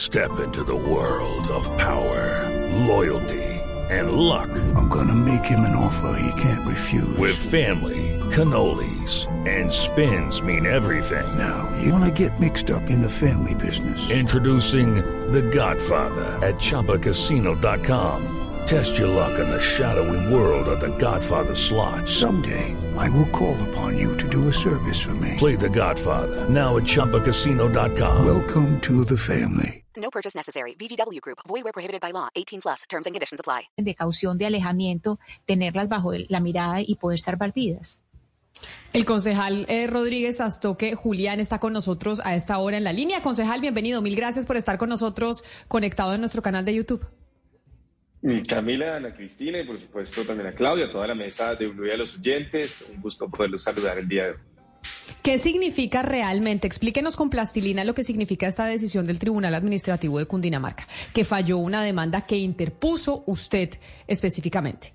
Step into the world of power, loyalty, and luck. I'm gonna make him an offer he can't refuse. With family, cannolis, and spins mean everything. Now, you wanna get mixed up in the family business. Introducing The Godfather at ChumbaCasino.com. Test your luck in the shadowy world of The Godfather slot. Someday, I will call upon you to do a service for me. Play The Godfather now at ChumbaCasino.com. Welcome to the family. No purchase necessary. VGW Group. Void where prohibited by law. 18+. Terms and conditions apply. De caución, de alejamiento, tenerlas bajo la mirada y poder salvar vidas. El concejal Rodríguez Astoque, Julián, está con nosotros a esta hora en la línea. Concejal, bienvenido. Mil gracias por estar con nosotros conectado en nuestro canal de YouTube. Camila, Ana Cristina y por supuesto también a Claudia, toda la mesa de Blue y a los oyentes. Un gusto poderlos saludar el día de hoy. ¿Qué significa realmente? Explíquenos con plastilina lo que significa esta decisión del Tribunal Administrativo de Cundinamarca, que falló una demanda que interpuso usted específicamente.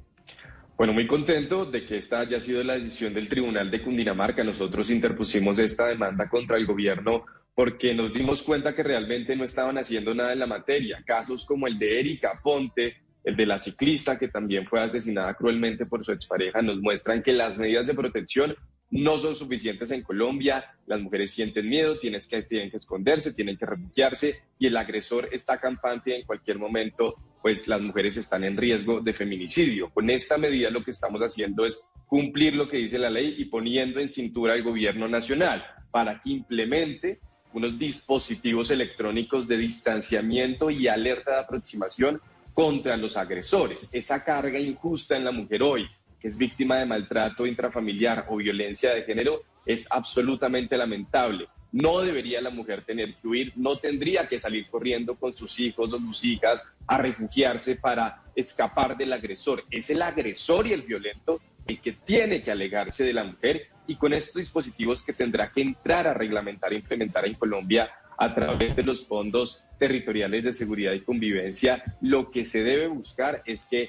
Bueno, muy contento de que esta haya sido la decisión del Tribunal de Cundinamarca. Nosotros interpusimos esta demanda contra el gobierno porque nos dimos cuenta que realmente no estaban haciendo nada en la materia. Casos como el de Erika Ponte, el de la ciclista que también fue asesinada cruelmente por su expareja, nos muestran que las medidas de protección no son suficientes en Colombia. Las mujeres sienten miedo, tienen que esconderse, tienen que refugiarse y el agresor está campante y en cualquier momento pues las mujeres están en riesgo de feminicidio. Con esta medida lo que estamos haciendo es cumplir lo que dice la ley y poniendo en cintura al gobierno nacional para que implemente unos dispositivos electrónicos de distanciamiento y alerta de aproximación contra los agresores. Esa carga injusta en la mujer hoy, que es víctima de maltrato intrafamiliar o violencia de género, es absolutamente lamentable. No debería la mujer tener que huir, no tendría que salir corriendo con sus hijos o sus hijas a refugiarse para escapar del agresor. Es el agresor y el violento el que tiene que alejarse de la mujer, y con estos dispositivos que tendrá que entrar a reglamentar e implementar en Colombia a través de los fondos territoriales de seguridad y convivencia, lo que se debe buscar es que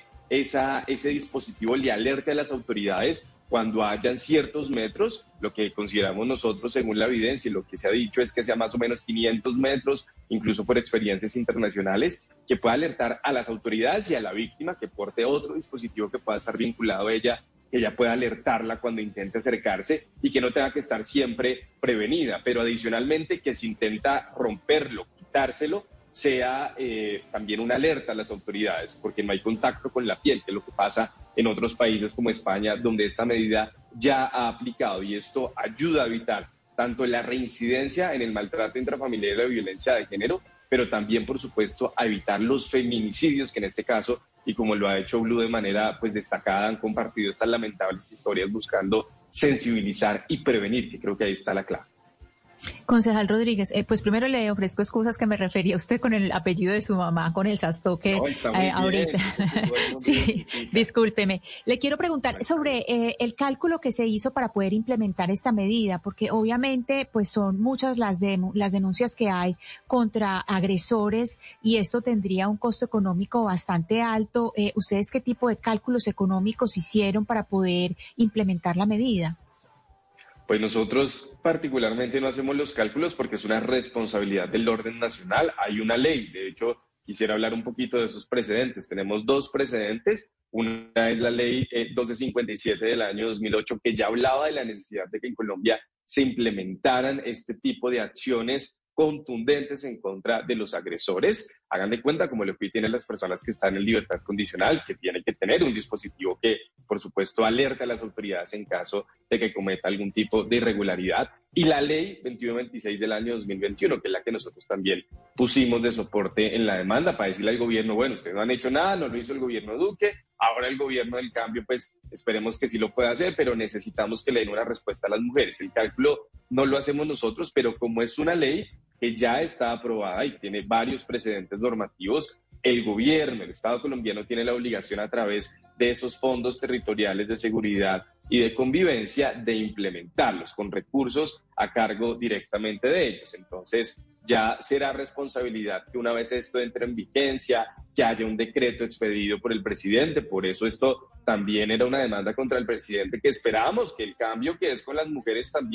ese dispositivo le alerte a las autoridades cuando hayan ciertos metros. Lo que consideramos nosotros, según la evidencia y lo que se ha dicho, es que sea más o menos 500 metros, incluso por experiencias internacionales, que pueda alertar a las autoridades y a la víctima que porte otro dispositivo que pueda estar vinculado a ella, que ella pueda alertarla cuando intente acercarse y que no tenga que estar siempre prevenida, pero adicionalmente que si intenta romperlo, quitárselo, sea también una alerta a las autoridades, porque no hay contacto con la piel, que es lo que pasa en otros países como España, donde esta medida ya ha aplicado, y esto ayuda a evitar tanto la reincidencia en el maltrato intrafamiliar y la violencia de género, pero también, por supuesto, a evitar los feminicidios, que en este caso, y como lo ha hecho Blue de manera pues destacada, han compartido estas lamentables historias buscando sensibilizar y prevenir, que creo que ahí está la clave. Concejal Rodríguez, pues primero le ofrezco excusas que me refería a usted con el apellido de su mamá, con el Sastoque, ahorita. Sí, discúlpeme. Le quiero preguntar sobre el cálculo que se hizo para poder implementar esta medida, porque obviamente pues son muchas las denuncias que hay contra agresores y esto tendría un costo económico bastante alto. ¿Ustedes qué tipo de cálculos económicos hicieron para poder implementar la medida? Pues nosotros particularmente no hacemos los cálculos porque es una responsabilidad del orden nacional. Hay una ley, de hecho quisiera hablar un poquito de esos precedentes. Tenemos dos precedentes. Una es la ley 1257 del año 2008, que ya hablaba de la necesidad de que en Colombia se implementaran este tipo de acciones contundentes en contra de los agresores. Hagan de cuenta como lo que tienen las personas que están en libertad condicional, que tienen que tener un dispositivo que, por supuesto, alerta a las autoridades en caso de que cometa algún tipo de irregularidad. Y la ley 2126 del año 2021, que es la que nosotros también pusimos de soporte en la demanda para decirle al gobierno, bueno, ustedes no han hecho nada, no lo hizo el gobierno Duque, ahora el gobierno del cambio, pues esperemos que sí lo pueda hacer, pero necesitamos que le den una respuesta a las mujeres. El cálculo no lo hacemos nosotros, pero como es una ley que ya está aprobada y tiene varios precedentes normativos, el gobierno, el Estado colombiano tiene la obligación a través de esos fondos territoriales de seguridad y de convivencia de implementarlos con recursos a cargo directamente de ellos. Entonces, ya será responsabilidad que una vez esto entre en vigencia, que haya un decreto expedido por el presidente. Por eso esto también era una demanda contra el presidente, que esperábamos que el cambio que es con las mujeres también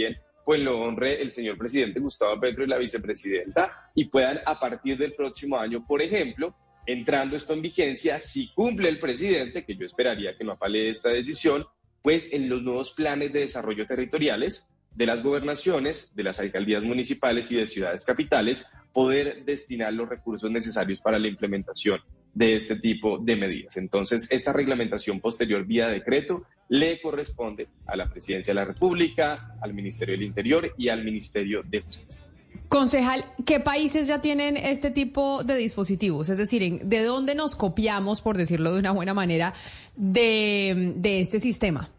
pues lo honre el señor presidente Gustavo Petro y la vicepresidenta, y puedan a partir del próximo año, por ejemplo, entrando esto en vigencia, si cumple el presidente, que yo esperaría que no apalee esta decisión, pues en los nuevos planes de desarrollo territoriales de las gobernaciones, de las alcaldías municipales y de ciudades capitales, poder destinar los recursos necesarios para la implementación de este tipo de medidas. Entonces, esta reglamentación posterior vía decreto le corresponde a la Presidencia de la República, al Ministerio del Interior y al Ministerio de Justicia. Concejal, ¿qué países ya tienen este tipo de dispositivos? Es decir, ¿de dónde nos copiamos, por decirlo de una buena manera, de este sistema?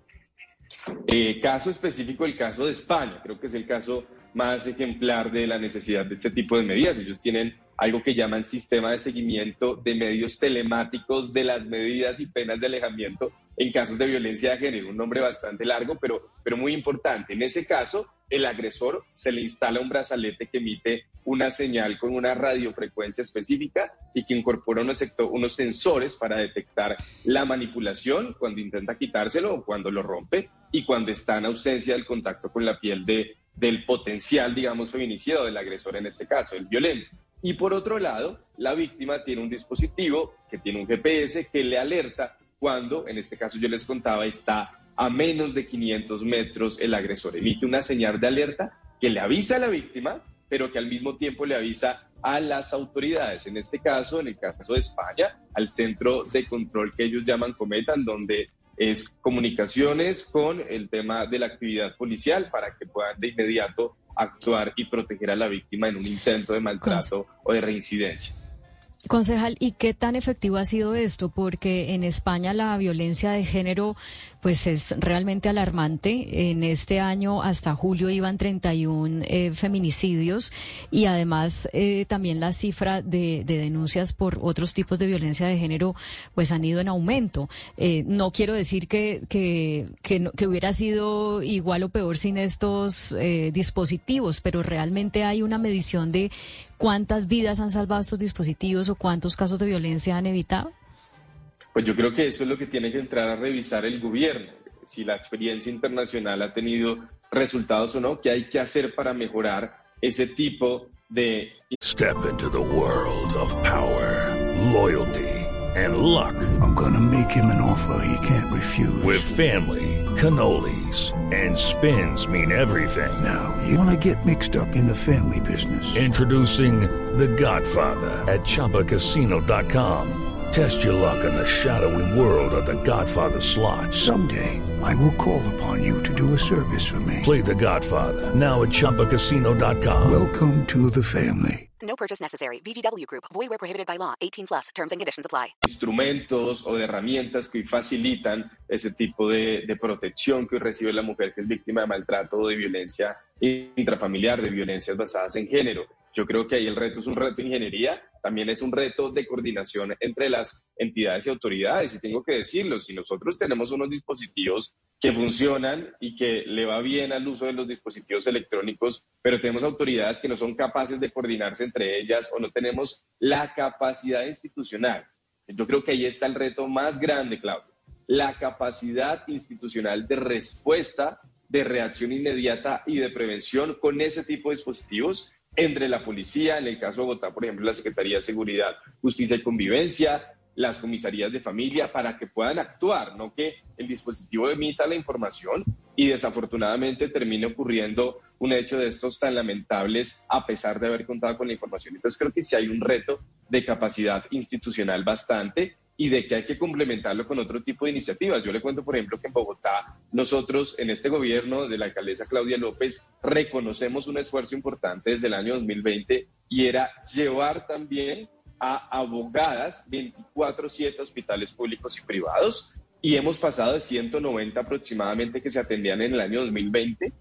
Caso específico, el caso de España. Creo que es el caso más ejemplar de la necesidad de este tipo de medidas. Ellos tienen algo que llaman sistema de seguimiento de medios telemáticos de las medidas y penas de alejamiento en casos de violencia de género. Un nombre bastante largo, pero muy importante. En ese caso, el agresor se le instala un brazalete que emite una señal con una radiofrecuencia específica y que incorpora unos sensores para detectar la manipulación cuando intenta quitárselo o cuando lo rompe, y cuando está en ausencia del contacto con la piel del potencial, digamos, feminicida o del agresor en este caso, el violento. Y por otro lado, la víctima tiene un dispositivo que tiene un GPS que le alerta cuando, en este caso yo les contaba, está a menos de 500 metros el agresor. Emite una señal de alerta que le avisa a la víctima, pero que al mismo tiempo le avisa a las autoridades. En este caso, en el caso de España, al centro de control que ellos llaman Cometan, donde es comunicaciones con el tema de la actividad policial para que puedan de inmediato actuar y proteger a la víctima en un intento de maltrato o de reincidencia. Concejal, ¿y qué tan efectivo ha sido esto? Porque en España la violencia de género pues es realmente alarmante. En este año hasta julio iban 31 feminicidios y además también la cifra de denuncias por otros tipos de violencia de género pues han ido en aumento. No quiero decir que hubiera sido igual o peor sin estos dispositivos, pero realmente hay una medición de ¿cuántas vidas han salvado estos dispositivos o cuántos casos de violencia han evitado? Pues yo creo que eso es lo que tiene que entrar a revisar el gobierno, si la experiencia internacional ha tenido resultados o no, qué hay que hacer para mejorar ese tipo de... Step into the world of power, loyalty, and luck. I'm gonna make him an offer he can't refuse. With family, cannolis, and spins mean everything. Now, you wanna get mixed up in the family business. Introducing The Godfather at ChumbaCasino.com. Test your luck in the shadowy world of The Godfather slot. Someday, I will call upon you to do a service for me. Play The Godfather now at ChumbaCasino.com. Welcome to the family. No purchase necessary. VGW Group. Void where prohibited by law. 18+. Terms and conditions apply. Instrumentos o de herramientas que hoy facilitan ese tipo de protección que hoy recibe la mujer que es víctima de maltrato o de violencia intrafamiliar, de violencias basadas en género. Yo creo que ahí el reto es un reto de ingeniería, también es un reto de coordinación entre las entidades y autoridades. Y tengo que decirlo, si nosotros tenemos unos dispositivos que funcionan y que le va bien al uso de los dispositivos electrónicos, pero tenemos autoridades que no son capaces de coordinarse entre ellas o no tenemos la capacidad institucional. Yo creo que ahí está el reto más grande, Claudio. La capacidad institucional de respuesta, de reacción inmediata y de prevención con ese tipo de dispositivos entre la policía, en el caso de Bogotá, por ejemplo, la Secretaría de Seguridad, Justicia y Convivencia, las comisarías de familia, para que puedan actuar, no que el dispositivo emita la información y desafortunadamente termine ocurriendo un hecho de estos tan lamentables a pesar de haber contado con la información. Entonces creo que sí hay un reto de capacidad institucional bastante y de que hay que complementarlo con otro tipo de iniciativas. Yo le cuento, por ejemplo, que en Bogotá nosotros en este gobierno de la alcaldesa Claudia López reconocemos un esfuerzo importante desde el año 2020 y era llevar también a abogadas 24/7 a hospitales públicos y privados, y hemos pasado de 190 aproximadamente que se atendían en el año 2020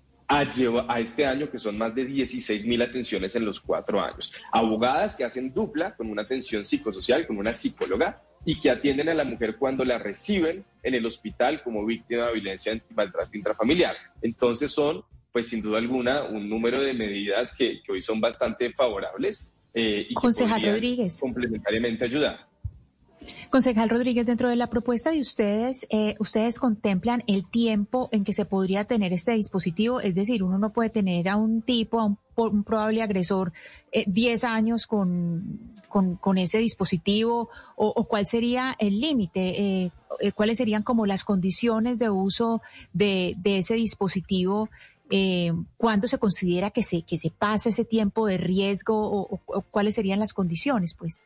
a este año que son más de 16.000 atenciones en los 4 años. Abogadas que hacen dupla con una atención psicosocial, con una psicóloga, y que atienden a la mujer cuando la reciben en el hospital como víctima de violencia y maltrato intrafamiliar. Entonces son, pues sin duda alguna, un número de medidas que hoy son bastante favorables y Concejal que podrían Rodríguez, complementariamente ayudar. Concejal Rodríguez, dentro de la propuesta de ustedes, ¿ustedes contemplan el tiempo en que se podría tener este dispositivo? Es decir, uno no puede tener a un tipo, a un probable agresor, 10 años con ese dispositivo, o ¿cuál sería el límite? ¿Cuáles serían como las condiciones de uso de ese dispositivo? ¿Cuándo se considera que se pasa ese tiempo de riesgo o cuáles serían las condiciones, pues?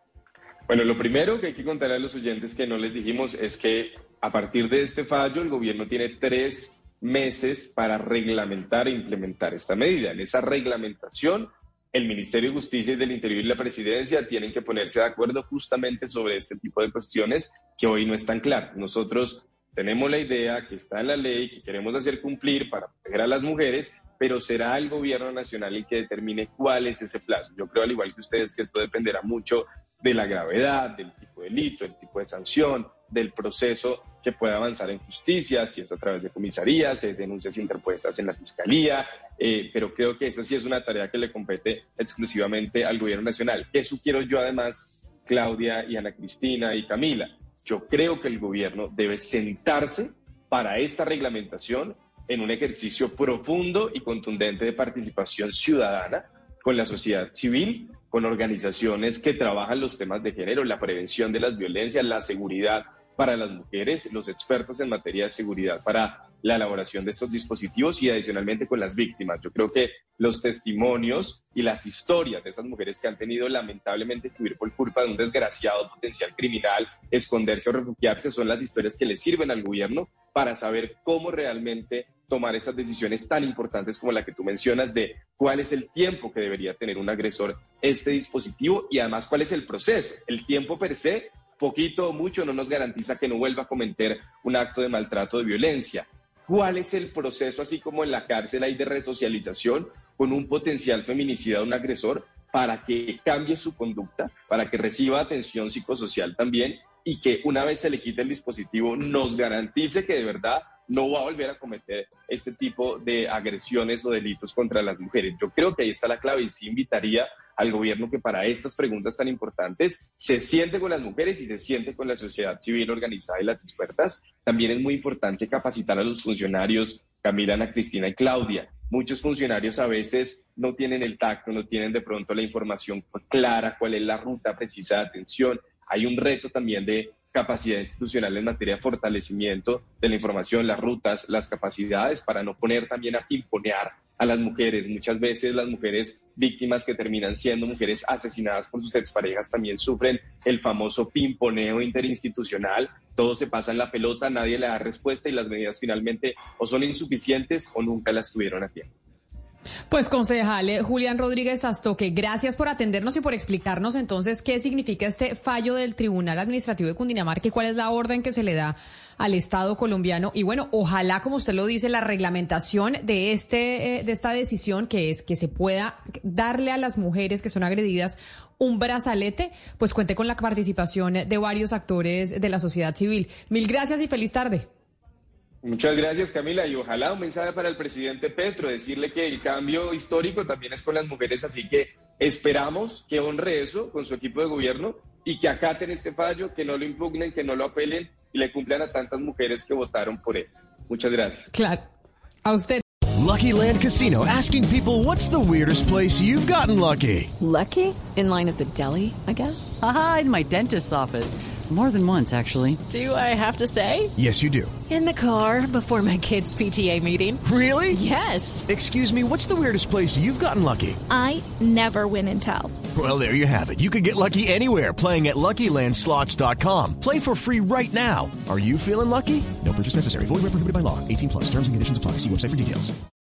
Bueno, lo primero que hay que contar a los oyentes que no les dijimos es que a partir de este fallo el gobierno tiene 3 meses para reglamentar e implementar esta medida. En esa reglamentación, el Ministerio de Justicia y del Interior y la Presidencia tienen que ponerse de acuerdo justamente sobre este tipo de cuestiones que hoy no están claras. Nosotros tenemos la idea que está en la ley, que queremos hacer cumplir para proteger a las mujeres, pero será el gobierno nacional el que determine cuál es ese plazo. Yo creo, al igual que ustedes, que esto dependerá mucho de la gravedad, del tipo de delito, del tipo de sanción, del proceso que pueda avanzar en justicia, si es a través de comisarías, denuncias interpuestas en la fiscalía, pero creo que esa sí es una tarea que le compete exclusivamente al gobierno nacional. ¿Qué sugiero yo además, Claudia y Ana Cristina y Camila? Yo creo que el gobierno debe sentarse para esta reglamentación en un ejercicio profundo y contundente de participación ciudadana con la sociedad civil, con organizaciones que trabajan los temas de género, la prevención de las violencias, la seguridad para las mujeres, los expertos en materia de seguridad para la elaboración de estos dispositivos y adicionalmente con las víctimas. Yo creo que los testimonios y las historias de esas mujeres que han tenido lamentablemente que huir por culpa de un desgraciado potencial criminal, esconderse o refugiarse, son las historias que le sirven al gobierno para saber cómo realmente tomar esas decisiones tan importantes como la que tú mencionas de cuál es el tiempo que debería tener un agresor este dispositivo y además cuál es el proceso. El tiempo per se, poquito o mucho, no nos garantiza que no vuelva a cometer un acto de maltrato o de violencia. ¿Cuál es el proceso, así como en la cárcel hay de resocialización con un potencial feminicida de un agresor, para que cambie su conducta, para que reciba atención psicosocial también y que una vez se le quite el dispositivo nos garantice que de verdad no va a volver a cometer este tipo de agresiones o delitos contra las mujeres? Yo creo que ahí está la clave y sí invitaría al gobierno que para estas preguntas tan importantes se siente con las mujeres y se siente con la sociedad civil organizada y las expertas. También es muy importante capacitar a los funcionarios, Camila, Ana Cristina y Claudia. Muchos funcionarios a veces no tienen el tacto, no tienen de pronto la información clara, cuál es la ruta precisa de atención. Hay un reto también de capacidad institucional en materia de fortalecimiento de la información, las rutas, las capacidades, para no poner también a pimponear a las mujeres. Muchas veces las mujeres víctimas que terminan siendo mujeres asesinadas por sus exparejas también sufren el famoso pimponeo interinstitucional. Todo se pasa en la pelota, nadie le da respuesta y las medidas finalmente o son insuficientes o nunca las tuvieron a tiempo. Pues concejal Julián Rodríguez Sastoque, gracias por atendernos y por explicarnos entonces qué significa este fallo del Tribunal Administrativo de Cundinamarca y cuál es la orden que se le da al Estado colombiano. Y bueno, ojalá, como usted lo dice, la reglamentación de esta decisión, que es que se pueda darle a las mujeres que son agredidas un brazalete, pues cuente con la participación de varios actores de la sociedad civil. Mil gracias y feliz tarde. Muchas gracias, Camila, y ojalá un mensaje para el presidente Petro, decirle que el cambio histórico también es con las mujeres, así que esperamos que honre eso con su equipo de gobierno y que acaten este fallo, que no lo impugnen, que no lo apelen y le cumplan a tantas mujeres que votaron por él. Muchas gracias. Claro. A usted. Lucky Land Casino, asking people, what's the weirdest place you've gotten lucky? Lucky? In line at the deli, I guess? Aha, in my dentist's office. More than once, actually. Do I have to say? Yes, you do. In the car before my kids' PTA meeting. Really? Yes. Excuse me, what's the weirdest place you've gotten lucky? I never win and tell. Well, there you have it. You can get lucky anywhere, playing at LuckyLandSlots.com. Play for free right now. Are you feeling lucky? No purchase necessary. Void where prohibited by law. 18+. Terms and conditions apply. See website for details.